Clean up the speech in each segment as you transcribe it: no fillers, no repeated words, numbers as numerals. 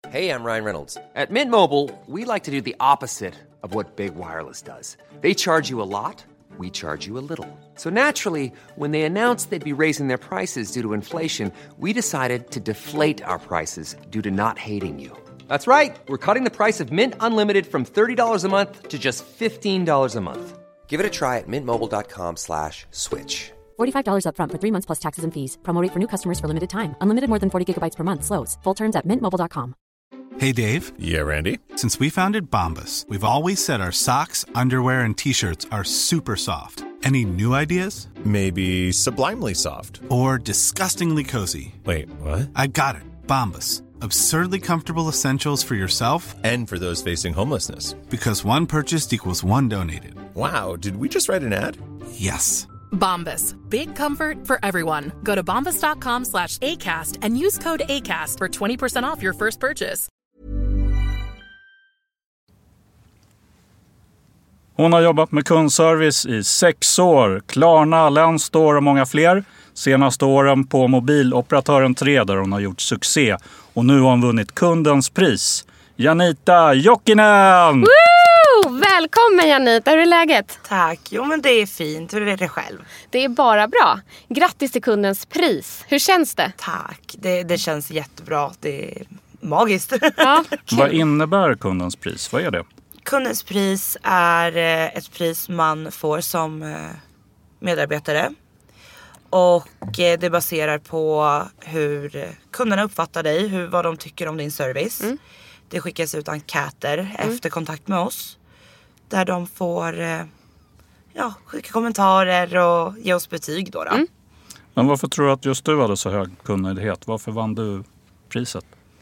Hey, I'm Ryan Reynolds. At Mint Mobile, we like to do the opposite of what Big Wireless does. They charge you a lot, we charge you a little. So naturally, when they announced they'd be raising their prices due to inflation, we decided to deflate our prices due to not hating you. That's right. We're cutting the price of Mint Unlimited from $30 a month to just $15 a month. Give it a try at mintmobile.com/switch. $45 up front for 3 months plus taxes and fees. Promo rate for new customers for limited time. Unlimited more than 40 gigabytes per month. Slows full terms at mintmobile.com. Hey, Dave. Yeah, Randy. Since we founded Bombas, we've always said our socks, underwear, and T-shirts are super soft. Any new ideas? Maybe sublimely soft. Or disgustingly cozy. Wait, what? I got it. Bombas. Absurdly comfortable essentials for yourself And for those facing homelessness. Because one purchased equals one donated. Wow, did we just write an ad? Yes. Bombas. Big comfort for everyone. Go to bombas.com/ACAST and use code ACAST for 20% off your first purchase. Hon har jobbat med kundservice i 6 år. Klarna, Länsstore och många fler. Senaste åren på mobiloperatören 3 där hon har gjort succé. Och nu har hon vunnit kundens pris. Janita Jokinen! Woo! Välkommen Janita, hur är läget? Tack, jo men det är fint. Hur är det själv? Det är bara bra. Grattis till kundens pris. Hur känns det? Tack, det känns jättebra. Det är magiskt. Ja, Vad innebär kundens pris? Vad är det? Kundens pris är ett pris man får som medarbetare. Och det baserar på hur kunderna uppfattar dig, vad de tycker om din service. Det skickas ut enkäter efter kontakt med oss. Där de får skicka kommentarer och ge oss betyg då. Men varför tror du att just du hade så hög kundnöjdhet? Varför vann du priset?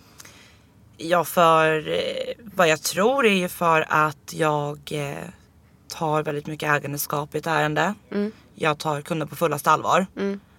Ja, för vad jag tror är ju för att jag tar väldigt mycket ägandeskap i ett ärende. Jag tar kunden på fullaste allvar.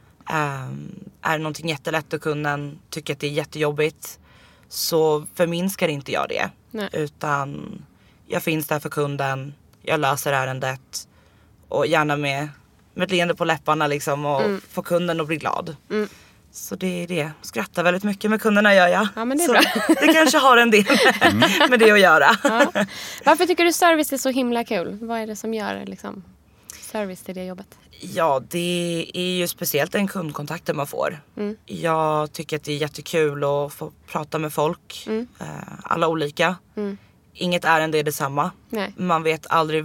Är det någonting jättelätt och kunden tycker att det är jättejobbigt så förminskar inte jag det. Nej. Utan jag finns där för kunden, jag löser ärendet och gärna med ett leende på läpparna liksom och få kunden att bli glad. Så det är det. Skrattar väldigt mycket med kunderna gör jag. Ja, men det är så bra. Det kanske har en del med det att göra. Ja. Varför tycker du service är så himla kul? Vad är det som gör liksom, service till det jobbet? Ja, det är ju speciellt den kundkontakten man får. Jag tycker att det är jättekul att få prata med folk. Alla olika. Inget ärende är detsamma. Nej. Man vet aldrig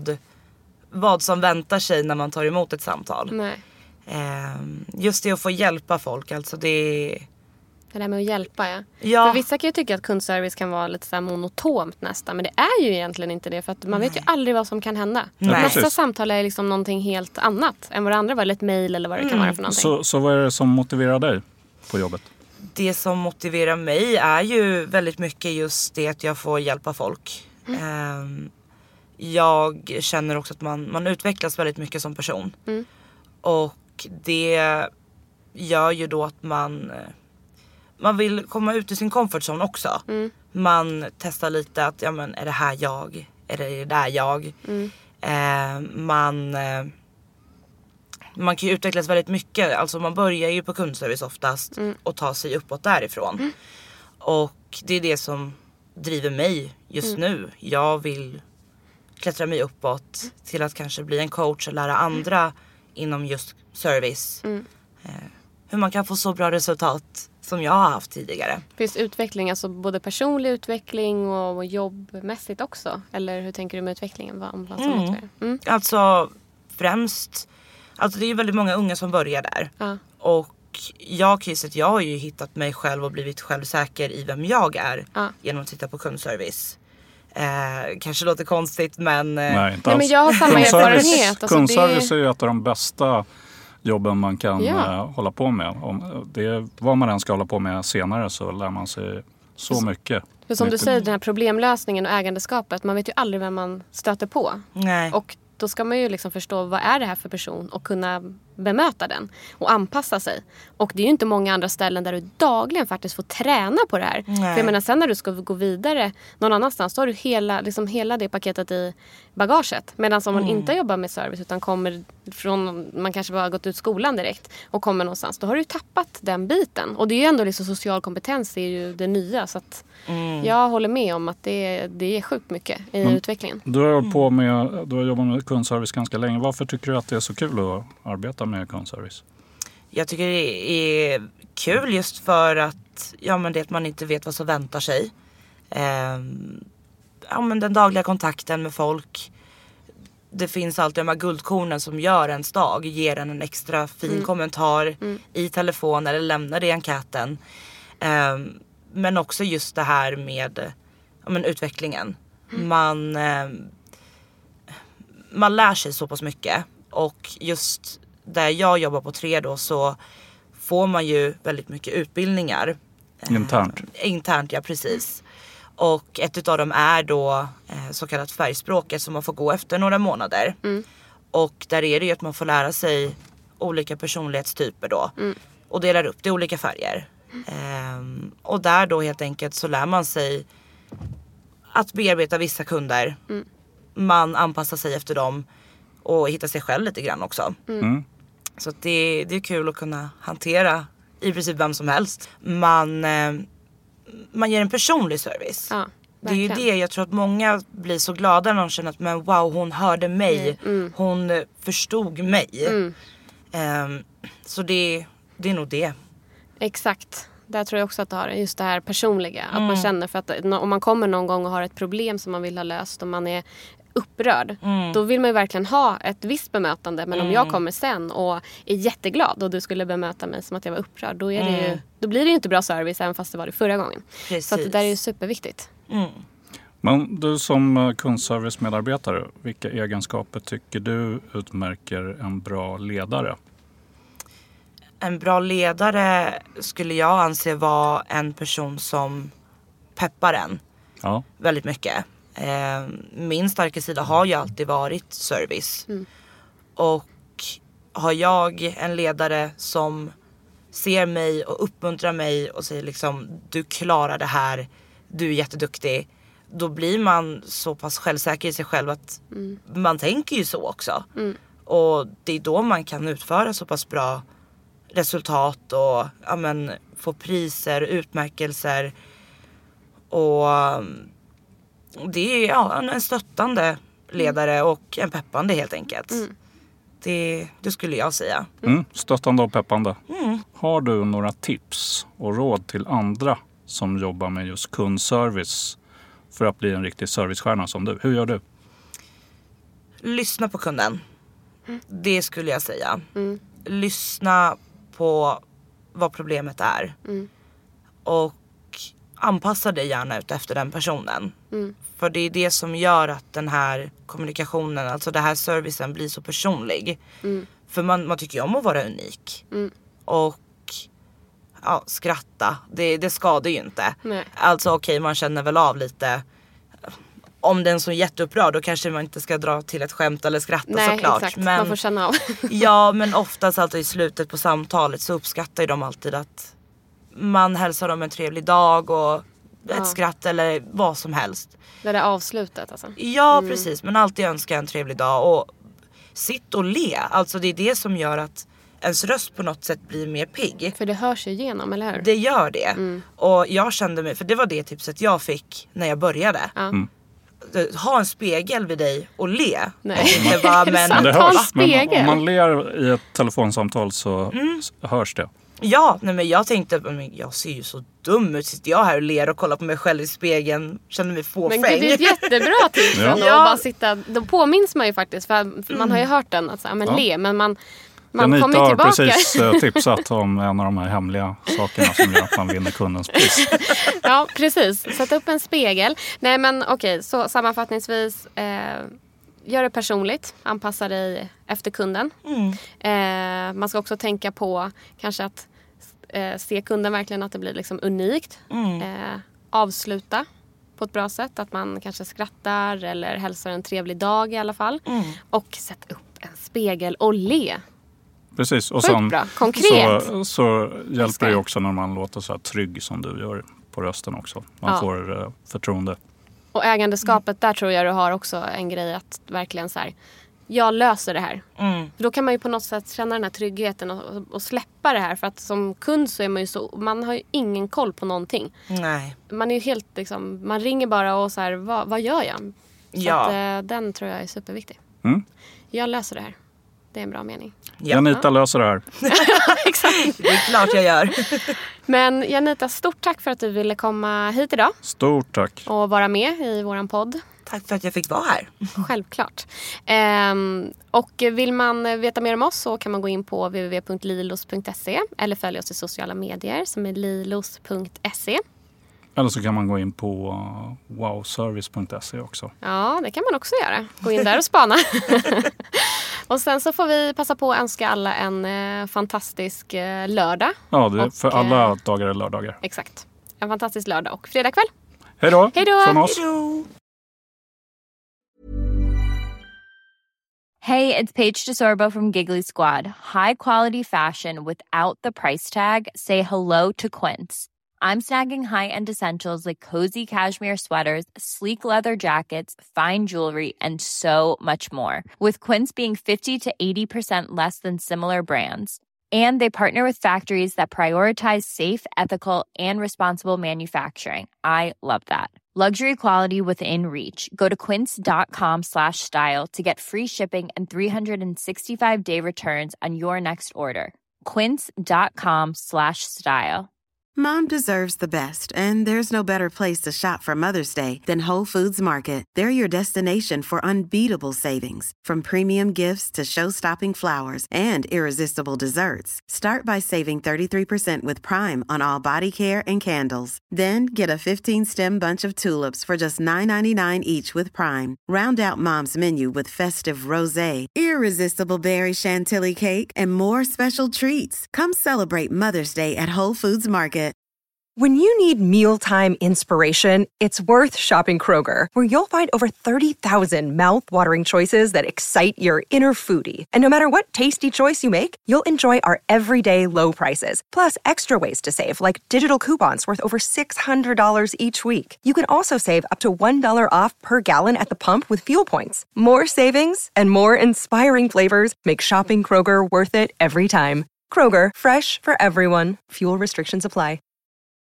vad som väntar sig när man tar emot ett samtal. Nej. Just det att få hjälpa folk, alltså det där med att hjälpa, ja. Ja. För vissa kan ju tycka att kundservice kan vara lite så här monotont nästan. Men det är ju egentligen inte det. För att man vet ju aldrig vad som kan hända. Nej. Nästa samtal är liksom någonting helt annat än vad det andra var. Eller ett mejl eller vad det kan vara för någonting. Så vad är det som motiverar dig på jobbet? Det som motiverar mig är ju väldigt mycket just det att jag får hjälpa folk. Jag känner också att man utvecklas väldigt mycket som person. Och det gör ju då att man vill komma ut ur sin comfort zone också. Man testar lite att, ja men är det här jag? Är det där jag? Man kan ju utvecklas väldigt mycket. Alltså man börjar ju på kundservice oftast och tar sig uppåt därifrån. Och det är det som driver mig just nu. Jag vill klättra mig uppåt till att kanske bli en coach och lära andra inom just service. Hur man kan få så bra resultat som jag har haft tidigare. Finns utveckling, alltså både personlig utveckling och jobbmässigt också? Eller hur tänker du med utvecklingen? Vad som motiverar? Alltså främst, alltså det är ju väldigt många unga som börjar där. Ja. Och jag har ju hittat mig själv och blivit självsäker i vem jag är genom att titta på kundservice. Kanske låter konstigt men... Nej, inte alls. men jag har samma erfarenhet. Alltså kundservice är ju ett av de bästa jobben man kan hålla på med. Vad man än ska hålla på med senare så lär man sig så mycket. För som du säger, den här problemlösningen och ägandeskapet, man vet ju aldrig vem man stöter på. Nej. Och då ska man ju liksom förstå, vad är det här för person? Och kunna bemöta den och anpassa sig. Och det är ju inte många andra ställen där du dagligen faktiskt får träna på det här. För jag menar, sen när du ska gå vidare någon annanstans, då har du hela det paketet i bagaget. Medan om man inte jobbar med service utan kommer från, man kanske bara har gått ut skolan direkt och kommer någonstans, då har du ju tappat den biten. Och det är ju ändå liksom social kompetens, det är ju det nya. Så att jag håller med om att det är sjukt mycket i utvecklingen. Du har jobbat med kundservice ganska länge. Varför tycker du att det är så kul att arbeta med kundservice? Jag tycker det är kul just för att det att man inte vet vad som väntar sig. Men den dagliga kontakten med folk. Det finns alltid de här guldkornen som gör ens dag. Ger en extra fin kommentar i telefon eller lämnar det i enkäten. Men också just det här med utvecklingen. Man lär sig så pass mycket. Och just där jag jobbar på 3 då, så får man ju väldigt mycket utbildningar. Internt, ja precis. Och ett av dem är då så kallat färgspråket som man får gå efter några månader. Och där är det ju att man får lära sig olika personlighetstyper då. Och delar upp det i olika färger. Och där då helt enkelt så lär man sig att bearbeta vissa kunder. Man anpassar sig efter dem och hittar sig själv lite grann också. Så att det är kul att kunna hantera i princip vem som helst. Man ger en personlig service. Ja, det är ju det jag tror att många blir så glada när de känner att men wow, hon hörde mig. Hon förstod mig. Så det är nog det. Exakt. Där tror jag också att det har just det här personliga. Att man känner för att om man kommer någon gång och har ett problem som man vill ha löst och man är upprörd. Då vill man ju verkligen ha ett visst bemötande. Men om jag kommer sen och är jätteglad och du skulle bemöta mig som att jag var upprörd, då blir det ju inte bra service även fast det var det förra gången. Precis. Så att det där är ju superviktigt. Men du som kundservice-medarbetare, vilka egenskaper tycker du utmärker en bra ledare? En bra ledare skulle jag anse vara en person som peppar en väldigt mycket. Min starka sida har ju alltid varit service. Och har jag en ledare som ser mig och uppmuntrar mig och säger liksom, du klarar det här, du är jätteduktig. Då blir man så pass självsäker i sig själv att man tänker ju så också. Och det är då man kan utföra så pass bra resultat och få priser, utmärkelser. Och det är en stöttande ledare och en peppande helt enkelt. Det skulle jag säga. Stöttande och peppande. Har du några tips och råd till andra som jobbar med just kundservice för att bli en riktig servicestjärna som du? Hur gör du? Lyssna på kunden. Det skulle jag säga. Lyssna på vad problemet är. Och anpassa dig gärna ut efter den personen. För det är det som gör att den här kommunikationen, alltså den här servicen blir så personlig. För man tycker ju om att vara unik. Och skratta, det skadar ju inte. Nej. Alltså okej, man känner väl av lite. Om den är så jätteupprörd, då kanske man inte ska dra till ett skämt eller skratta såklart. Exakt. Men, man får känna av. Ja, men oftast alltid i slutet på samtalet så uppskattar ju de alltid att man hälsar dem en trevlig dag och ett skratt eller vad som helst. Det är avslutet alltså? Ja, precis. Men alltid önska en trevlig dag och sitt och le. Alltså det är det som gör att ens röst på något sätt blir mer pigg. För det hörs ju igenom, eller hur? Det gör det. Och jag kände mig, för det var det tipset jag fick när jag började. Ha en spegel vid dig och le. Nej. Det hörs. Men om man ler i ett telefonsamtal så hörs det. Ja, men jag tänkte, men jag ser ju så dum ut. Sitter jag här och ler och kollar på mig själv i spegeln. Känner mig fåfäng. Men det är ett jättebra tips. Att bara sitta, då påminns man ju faktiskt. För man har ju hört den. Alltså, le, men man kommer tillbaka. Anita har precis tipsat om en av de här hemliga sakerna som gör att man vinner kundens pris. Ja, precis. Sätt upp en spegel. Nej, men okej. Så sammanfattningsvis. Gör det personligt. Anpassa dig efter kunden. Man ska också tänka på kanske att se kunden verkligen att det blir liksom unikt. Avsluta på ett bra sätt. Att man kanske skrattar eller hälsar en trevlig dag i alla fall. Och sätt upp en spegel och le. Precis. Och Sjukt bra. Konkret. Så hjälper det också när man låter så här trygg som du gör på rösten också. Man får förtroende. Och ägandeskapet, där tror jag du har också en grej att verkligen så här, jag löser det här. För då kan man ju på något sätt känna den här tryggheten och släppa det här. För att som kund så är man ju så, man har ju ingen koll på någonting. Nej. Man är ju helt liksom, man ringer bara och så här, vad gör jag? Så att, den tror jag är superviktig. Jag löser det här. Det är en bra mening. Janita löser det här. Exakt. Det är klart jag gör. Men Janita, stort tack för att du ville komma hit idag. Stort tack. Och vara med i våran podd. Tack för att jag fick vara här. Självklart. Och vill man veta mer om oss så kan man gå in på www.lilos.se eller följa oss i sociala medier som är lilos.se. Eller så kan man gå in på wowservice.se också. Ja, det kan man också göra. Gå in där och spana. Och sen så får vi passa på att önska alla en fantastisk lördag. Ja, för alla dagar är lördagar. Exakt. En fantastisk lördag och fredagkväll. Hej då. Hej då. Från oss. Hey, it's Paige DeSorbo from Giggly Squad. High quality fashion without the price tag. Say hello to Quince. I'm snagging high-end essentials like cozy cashmere sweaters, sleek leather jackets, fine jewelry, and so much more. With Quince being 50 to 80% less than similar brands. And they partner with factories that prioritize safe, ethical, and responsible manufacturing. I love that. Luxury quality within reach. Go to quince.com/style to get free shipping and 365-day returns on your next order. Quince.com/style. Mom deserves the best, and there's no better place to shop for Mother's Day than Whole Foods Market. They're your destination for unbeatable savings, from premium gifts to show-stopping flowers and irresistible desserts. Start by saving 33% with Prime on all body care and candles. Then get a 15-stem bunch of tulips for just $9.99 each with Prime. Round out Mom's menu with festive rosé, irresistible berry chantilly cake, and more special treats. Come celebrate Mother's Day at Whole Foods Market. When you need mealtime inspiration, it's worth shopping Kroger, where you'll find over 30,000 mouth-watering choices that excite your inner foodie. And no matter what tasty choice you make, you'll enjoy our everyday low prices, plus extra ways to save, like digital coupons worth over $600 each week. You can also save up to $1 off per gallon at the pump with fuel points. More savings and more inspiring flavors make shopping Kroger worth it every time. Kroger, fresh for everyone. Fuel restrictions apply.